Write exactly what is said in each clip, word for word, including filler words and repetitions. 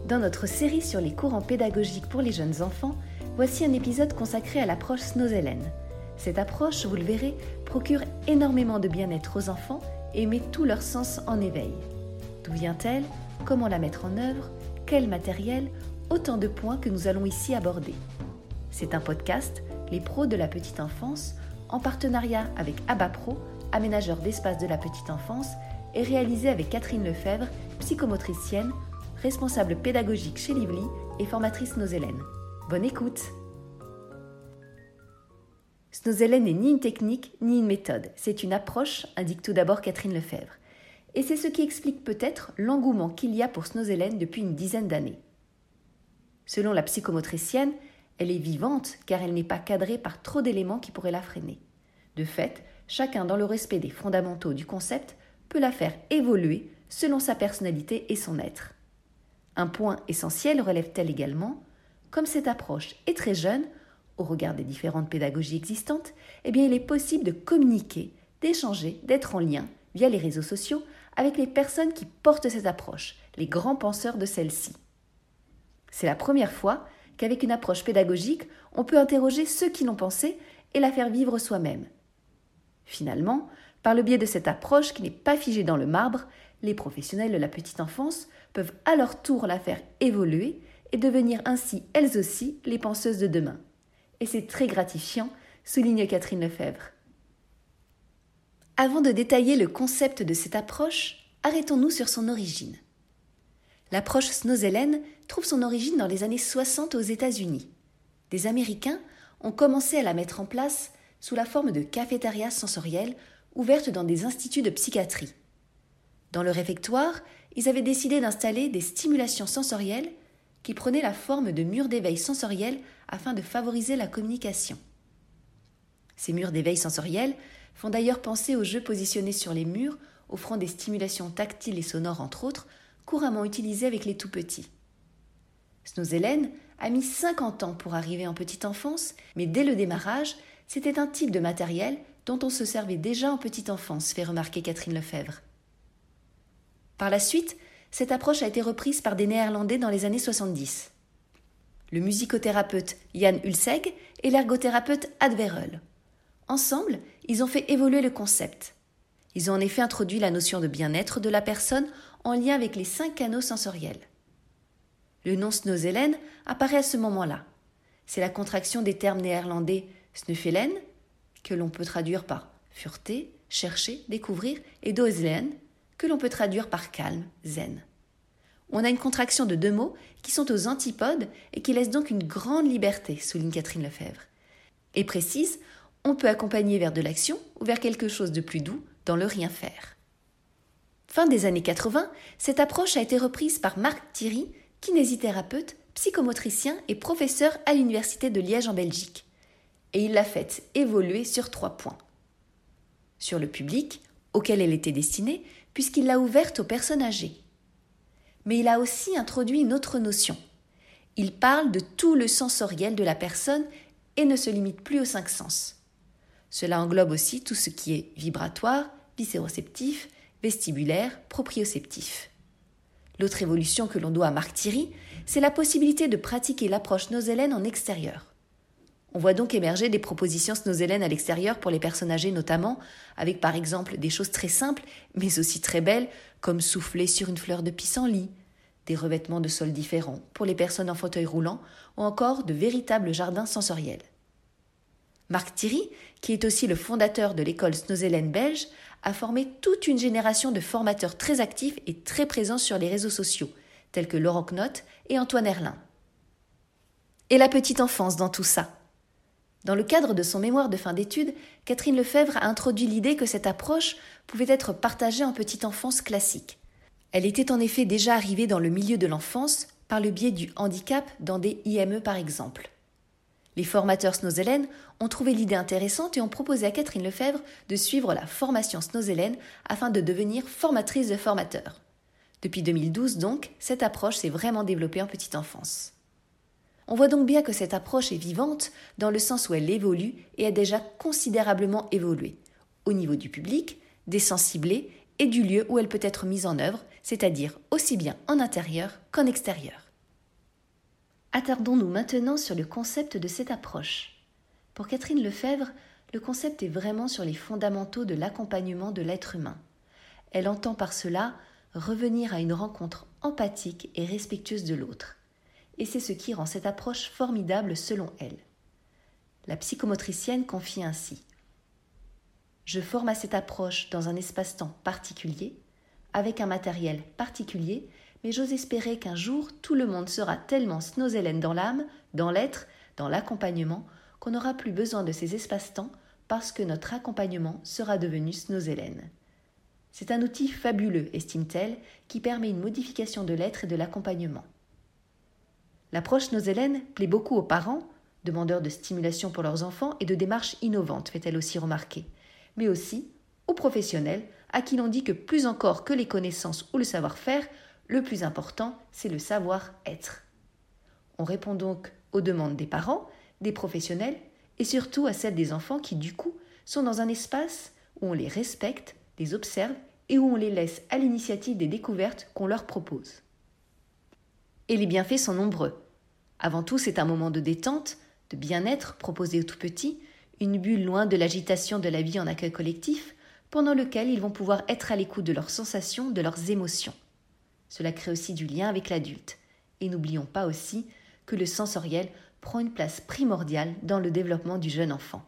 Dans notre série sur les courants pédagogiques pour les jeunes enfants, voici un épisode consacré à l'approche Snoezelen. Cette approche, vous le verrez, procure énormément de bien-être aux enfants et met tous leurs sens en éveil. D'où vient-elle ? Comment la mettre en œuvre ? Quel matériel ? Autant de points que nous allons ici aborder. C'est un podcast, Les pros de la petite enfance, en partenariat avec ABAPro, aménageur d'espace de la petite enfance, et réalisé avec Catherine Lefebvre, psychomotricienne, responsable pédagogique chez Lively et formatrice Snoezelen. Bonne écoute! Snoezelen n'est ni une technique ni une méthode, c'est une approche, indique tout d'abord Catherine Lefebvre. Et c'est ce qui explique peut-être l'engouement qu'il y a pour Snoezelen depuis une dizaine d'années. Selon la psychomotricienne, elle est vivante car elle n'est pas cadrée par trop d'éléments qui pourraient la freiner. De fait, chacun dans le respect des fondamentaux du concept peut la faire évoluer selon sa personnalité et son être. Un point essentiel relève-t-elle également, comme cette approche est très jeune, au regard des différentes pédagogies existantes, eh bien il est possible de communiquer, d'échanger, d'être en lien, via les réseaux sociaux, avec les personnes qui portent cette approche, les grands penseurs de celle-ci. C'est la première fois qu'avec une approche pédagogique, on peut interroger ceux qui l'ont pensée et la faire vivre soi-même. Finalement, par le biais de cette approche qui n'est pas figée dans le marbre, les professionnels de la petite enfance peuvent à leur tour la faire évoluer et devenir ainsi elles aussi les penseuses de demain. Et c'est très gratifiant, souligne Catherine Lefebvre. Avant de détailler le concept de cette approche, arrêtons-nous sur son origine. L'approche Snoezelen trouve son origine dans les années soixante aux États-Unis. Des Américains ont commencé à la mettre en place sous la forme de cafétérias sensorielles ouvertes dans des instituts de psychiatrie. Dans le réfectoire, ils avaient décidé d'installer des stimulations sensorielles qui prenaient la forme de murs d'éveil sensoriel afin de favoriser la communication. Ces murs d'éveil sensoriel font d'ailleurs penser aux jeux positionnés sur les murs, offrant des stimulations tactiles et sonores entre autres, couramment utilisés avec les tout-petits. Snoezelen a mis cinquante ans pour arriver en petite enfance, mais dès le démarrage, c'était un type de matériel dont on se servait déjà en petite enfance, fait remarquer Catherine Lefebvre. Par la suite, cette approche a été reprise par des Néerlandais dans les années soixante-dix. Le musicothérapeute Jan Hulseg et l'ergothérapeute Ad Verheul. Ensemble, ils ont fait évoluer le concept. Ils ont en effet introduit la notion de bien-être de la personne en lien avec les cinq canaux sensoriels. Le nom Snoezelen apparaît à ce moment-là. C'est la contraction des termes néerlandais snuffelen, que l'on peut traduire par fureter, chercher, découvrir, et doezelen, que l'on peut traduire par calme, zen. On a une contraction de deux mots qui sont aux antipodes et qui laissent donc une grande liberté, souligne Catherine Lefebvre. Et précise, on peut accompagner vers de l'action ou vers quelque chose de plus doux dans le rien faire. Fin des années quatre-vingts, cette approche a été reprise par Marc Thierry, kinésithérapeute, psychomotricien et professeur à l'Université de Liège en Belgique. Et il l'a faite évoluer sur trois points. Sur le public, auquel elle était destinée, puisqu'il l'a ouverte aux personnes âgées. Mais il a aussi introduit une autre notion. Il parle de tout le sensoriel de la personne et ne se limite plus aux cinq sens. Cela englobe aussi tout ce qui est vibratoire, viscéroceptif, vestibulaire, proprioceptif. L'autre évolution que l'on doit à Marc Thierry, c'est la possibilité de pratiquer l'approche Snoezelen en extérieur. On voit donc émerger des propositions Snoezelen à l'extérieur pour les personnes âgées notamment, avec par exemple des choses très simples, mais aussi très belles, comme souffler sur une fleur de pissenlit, des revêtements de sol différents pour les personnes en fauteuil roulant, ou encore de véritables jardins sensoriels. Marc Thierry, qui est aussi le fondateur de l'école Snoezelen belge, a formé toute une génération de formateurs très actifs et très présents sur les réseaux sociaux, tels que Laurent Knott et Antoine Herlin. Et la petite enfance dans tout ça ? Dans le cadre de son mémoire de fin d'études, Catherine Lefebvre a introduit l'idée que cette approche pouvait être partagée en petite enfance classique. Elle était en effet déjà arrivée dans le milieu de l'enfance par le biais du handicap dans des I M E par exemple. Les formateurs Snoezelen ont trouvé l'idée intéressante et ont proposé à Catherine Lefebvre de suivre la formation Snoezelen afin de devenir formatrice de formateurs. Depuis deux mille douze donc, cette approche s'est vraiment développée en petite enfance. On voit donc bien que cette approche est vivante dans le sens où elle évolue et a déjà considérablement évolué, au niveau du public, des sensiblés et du lieu où elle peut être mise en œuvre, c'est-à-dire aussi bien en intérieur qu'en extérieur. Attardons-nous maintenant sur le concept de cette approche. Pour Catherine Lefebvre, le concept est vraiment sur les fondamentaux de l'accompagnement de l'être humain. Elle entend par cela revenir à une rencontre empathique et respectueuse de l'autre. Et c'est ce qui rend cette approche formidable selon elle. La psychomotricienne confie ainsi : je forme à cette approche dans un espace-temps particulier, avec un matériel particulier, mais j'ose espérer qu'un jour, tout le monde sera tellement Snozellen dans l'âme, dans l'être, dans l'accompagnement, qu'on n'aura plus besoin de ces espaces-temps parce que notre accompagnement sera devenu Snozellen. C'est un outil fabuleux, estime-t-elle, qui permet une modification de l'être et de l'accompagnement. L'approche Snozellen plaît beaucoup aux parents, demandeurs de stimulation pour leurs enfants et de démarches innovantes, fait-elle aussi remarquer, mais aussi aux professionnels, à qui l'on dit que plus encore que les connaissances ou le savoir-faire, le plus important, c'est le savoir-être. On répond donc aux demandes des parents, des professionnels et surtout à celles des enfants qui, du coup, sont dans un espace où on les respecte, les observe et où on les laisse à l'initiative des découvertes qu'on leur propose. Et les bienfaits sont nombreux. Avant tout, c'est un moment de détente, de bien-être proposé aux tout-petits, une bulle loin de l'agitation de la vie en accueil collectif, pendant lequel ils vont pouvoir être à l'écoute de leurs sensations, de leurs émotions. Cela crée aussi du lien avec l'adulte. Et n'oublions pas aussi que le sensoriel prend une place primordiale dans le développement du jeune enfant.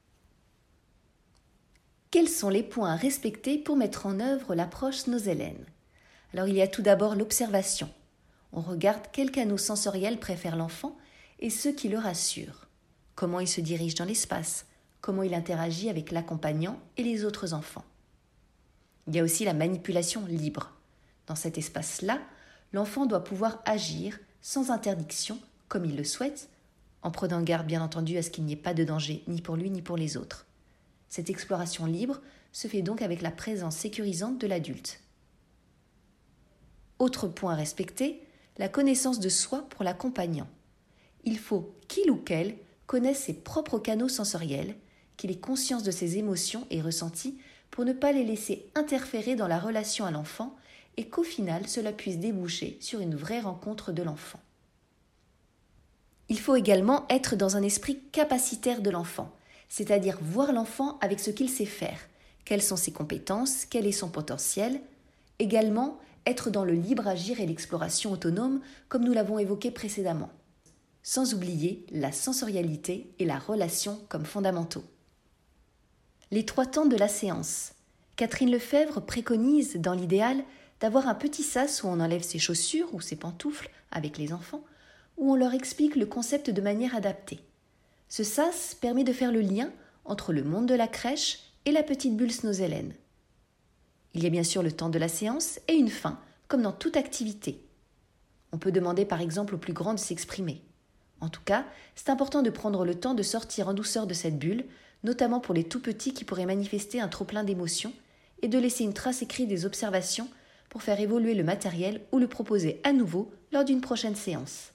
Quels sont les points à respecter pour mettre en œuvre l'approche Snozellen ? Alors il y a tout d'abord l'observation. On regarde quels canaux sensoriels préfère l'enfant et ceux qui le rassurent. Comment il se dirige dans l'espace, comment il interagit avec l'accompagnant et les autres enfants. Il y a aussi la manipulation libre. Dans cet espace-là, l'enfant doit pouvoir agir sans interdiction, comme il le souhaite, en prenant garde bien entendu à ce qu'il n'y ait pas de danger ni pour lui ni pour les autres. Cette exploration libre se fait donc avec la présence sécurisante de l'adulte. Autre point à respecter, la connaissance de soi pour l'accompagnant. Il faut qu'il ou qu'elle connaisse ses propres canaux sensoriels, qu'il ait conscience de ses émotions et ressentis pour ne pas les laisser interférer dans la relation à l'enfant et qu'au final cela puisse déboucher sur une vraie rencontre de l'enfant. Il faut également être dans un esprit capacitaire de l'enfant, c'est-à-dire voir l'enfant avec ce qu'il sait faire, quelles sont ses compétences, quel est son potentiel. Également, être dans le libre agir et l'exploration autonome, comme nous l'avons évoqué précédemment. Sans oublier la sensorialité et la relation comme fondamentaux. Les trois temps de la séance. Catherine Lefebvre préconise, dans l'idéal, d'avoir un petit sas où on enlève ses chaussures ou ses pantoufles avec les enfants, où on leur explique le concept de manière adaptée. Ce sas permet de faire le lien entre le monde de la crèche et la petite bulle Snozellen. Il y a bien sûr le temps de la séance et une fin, comme dans toute activité. On peut demander par exemple aux plus grands de s'exprimer. En tout cas, c'est important de prendre le temps de sortir en douceur de cette bulle, notamment pour les tout-petits qui pourraient manifester un trop-plein d'émotions, et de laisser une trace écrite des observations pour faire évoluer le matériel ou le proposer à nouveau lors d'une prochaine séance.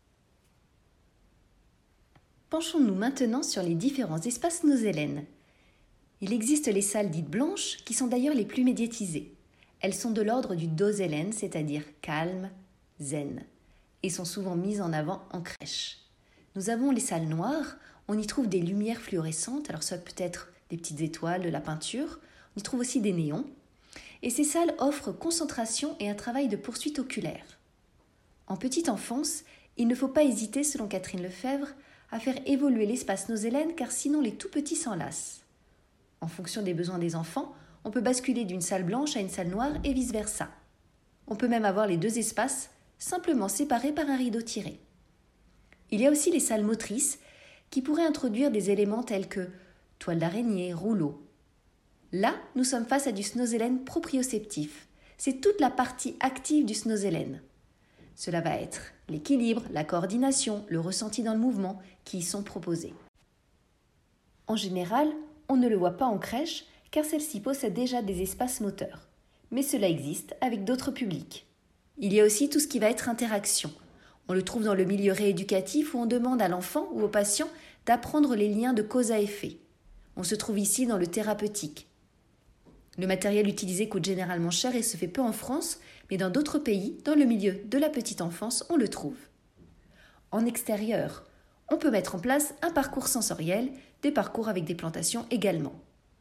Penchons-nous maintenant sur les différents espaces Snozellen. Il existe les salles dites blanches, qui sont d'ailleurs les plus médiatisées. Elles sont de l'ordre du Dozellen, c'est-à-dire calme, zen, et sont souvent mises en avant en crèche. Nous avons les salles noires, on y trouve des lumières fluorescentes, alors ça peut être des petites étoiles, de la peinture, on y trouve aussi des néons, et ces salles offrent concentration et un travail de poursuite oculaire. En petite enfance, il ne faut pas hésiter, selon Catherine Lefebvre, à faire évoluer l'espace Snozellen, car sinon les tout-petits s'enlacent. En fonction des besoins des enfants, on peut basculer d'une salle blanche à une salle noire et vice-versa. On peut même avoir les deux espaces simplement séparés par un rideau tiré. Il y a aussi les salles motrices qui pourraient introduire des éléments tels que toile d'araignée, rouleau. Là, nous sommes face à du Snozellen proprioceptif. C'est toute la partie active du Snozellen. Cela va être l'équilibre, la coordination, le ressenti dans le mouvement qui y sont proposés. En général, on ne le voit pas en crèche car celle-ci possède déjà des espaces moteurs. Mais cela existe avec d'autres publics. Il y a aussi tout ce qui va être interaction. On le trouve dans le milieu rééducatif où on demande à l'enfant ou au patient d'apprendre les liens de cause à effet. On se trouve ici dans le thérapeutique. Le matériel utilisé coûte généralement cher et se fait peu en France, mais dans d'autres pays, dans le milieu de la petite enfance, on le trouve. En extérieur, on peut mettre en place un parcours sensoriel, des parcours avec des plantations également.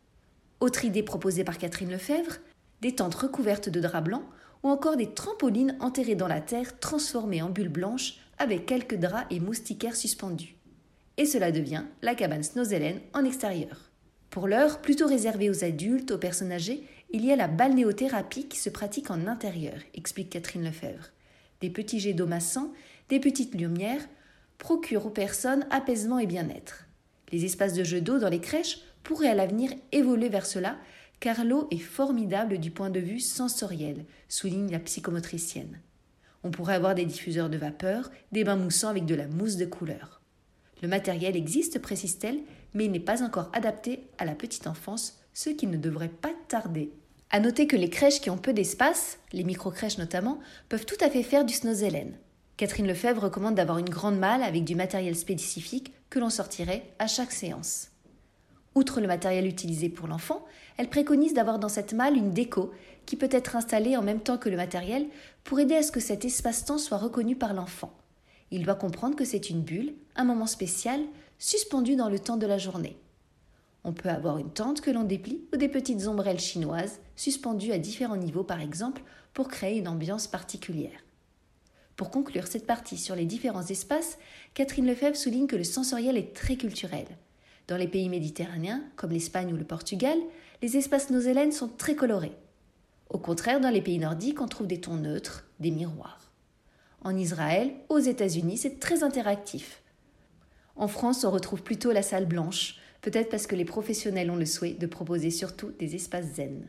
Autre idée proposée par Catherine Lefebvre, des tentes recouvertes de draps blancs ou encore des trampolines enterrées dans la terre transformées en bulles blanches avec quelques draps et moustiquaires suspendus. Et cela devient la cabane Snozellen en extérieur. Pour l'heure, plutôt réservée aux adultes, aux personnes âgées, il y a la balnéothérapie qui se pratique en intérieur, explique Catherine Lefebvre. Des petits jets d'eau massants, des petites lumières procurent aux personnes apaisement et bien-être. Les espaces de jeux d'eau dans les crèches pourraient à l'avenir évoluer vers cela, car l'eau est formidable du point de vue sensoriel, souligne la psychomotricienne. On pourrait avoir des diffuseurs de vapeur, des bains moussants avec de la mousse de couleur. Le matériel existe, précise-t-elle, mais il n'est pas encore adapté à la petite enfance, ce qui ne devrait pas tarder. À noter que les crèches qui ont peu d'espace, les micro-crèches notamment, peuvent tout à fait faire du Snozellen. Catherine Lefebvre recommande d'avoir une grande malle avec du matériel spécifique que l'on sortirait à chaque séance. Outre le matériel utilisé pour l'enfant, elle préconise d'avoir dans cette malle une déco qui peut être installée en même temps que le matériel pour aider à ce que cet espace-temps soit reconnu par l'enfant. Il doit comprendre que c'est une bulle, un moment spécial, suspendu dans le temps de la journée. On peut avoir une tente que l'on déplie ou des petites ombrelles chinoises suspendues à différents niveaux par exemple pour créer une ambiance particulière. Pour conclure cette partie sur les différents espaces, Catherine Lefebvre souligne que le sensoriel est très culturel. Dans les pays méditerranéens, comme l'Espagne ou le Portugal, les espaces Snozellen sont très colorés. Au contraire, dans les pays nordiques, on trouve des tons neutres, des miroirs. En Israël, aux États-Unis, c'est très interactif. En France, on retrouve plutôt la salle blanche, peut-être parce que les professionnels ont le souhait de proposer surtout des espaces zen.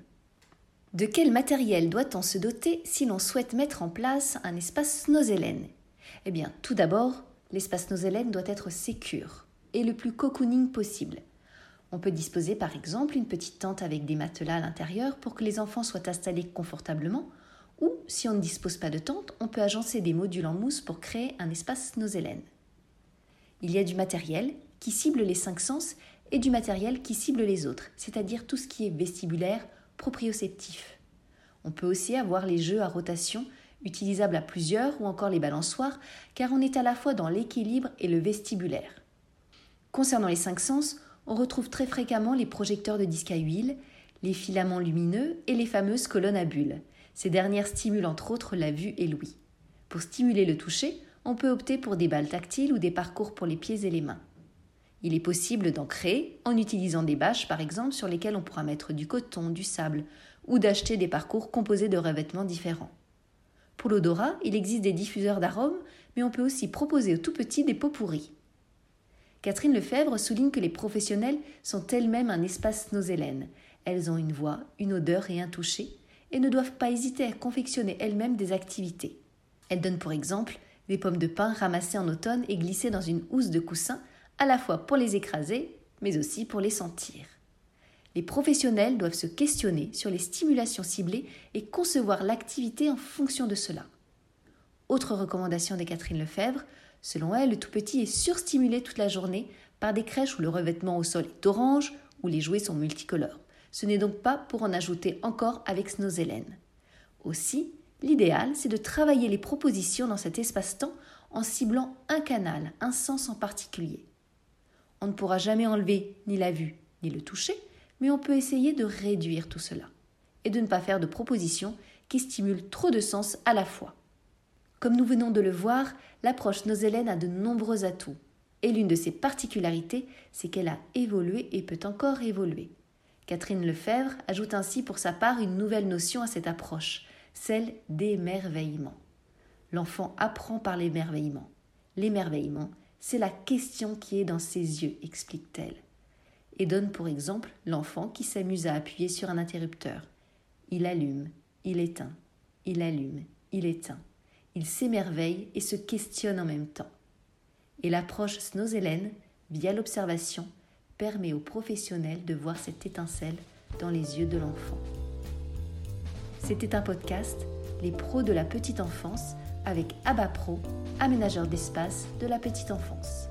De quel matériel doit-on se doter si l'on souhaite mettre en place un espace Snozellen ? Eh bien, tout d'abord, l'espace Snozellen doit être sécure et le plus cocooning possible. On peut disposer par exemple une petite tente avec des matelas à l'intérieur pour que les enfants soient installés confortablement, ou si on ne dispose pas de tente, on peut agencer des modules en mousse pour créer un espace Snozellen. Il y a du matériel qui cible les cinq sens et du matériel qui cible les autres, c'est-à-dire tout ce qui est vestibulaire, proprioceptif. On peut aussi avoir les jeux à rotation, utilisables à plusieurs, ou encore les balançoires, car on est à la fois dans l'équilibre et le vestibulaire. Concernant les cinq sens, on retrouve très fréquemment les projecteurs de disques à huile, les filaments lumineux et les fameuses colonnes à bulles. Ces dernières stimulent entre autres la vue et l'ouïe. Pour stimuler le toucher, on peut opter pour des balles tactiles ou des parcours pour les pieds et les mains. Il est possible d'en créer en utilisant des bâches par exemple sur lesquelles on pourra mettre du coton, du sable ou d'acheter des parcours composés de revêtements différents. Pour l'odorat, il existe des diffuseurs d'arômes, mais on peut aussi proposer aux tout petits des pots pourris. Catherine Lefebvre souligne que les professionnels sont elles-mêmes un espace Snozellen. Elles ont une voix, une odeur et un toucher et ne doivent pas hésiter à confectionner elles-mêmes des activités. Elle donne pour exemple des pommes de pin ramassées en automne et glissées dans une housse de coussin, à la fois pour les écraser, mais aussi pour les sentir. Les professionnels doivent se questionner sur les stimulations ciblées et concevoir l'activité en fonction de cela. Autre recommandation de Catherine Lefebvre, selon elle, le tout petit est surstimulé toute la journée par des crèches où le revêtement au sol est orange, où les jouets sont multicolores. Ce n'est donc pas pour en ajouter encore avec Snozellen. Aussi, l'idéal, c'est de travailler les propositions dans cet espace-temps en ciblant un canal, un sens en particulier. On ne pourra jamais enlever ni la vue, ni le toucher, mais on peut essayer de réduire tout cela et de ne pas faire de propositions qui stimulent trop de sens à la fois. Comme nous venons de le voir, l'approche Snozellen a de nombreux atouts et l'une de ses particularités, c'est qu'elle a évolué et peut encore évoluer. Catherine Lefebvre ajoute ainsi pour sa part une nouvelle notion à cette approche, celle d'émerveillement. L'enfant apprend par l'émerveillement. L'émerveillement, c'est la question qui est dans ses yeux, explique-t-elle. Et donne pour exemple l'enfant qui s'amuse à appuyer sur un interrupteur. Il allume, il éteint, il allume, il éteint. Il s'émerveille et se questionne en même temps. Et l'approche Snozellen, via l'observation, permet aux professionnels de voir cette étincelle dans les yeux de l'enfant. C'était un podcast, Les pros de la petite enfance, avec Abba Pro, aménageur d'espace de la petite enfance.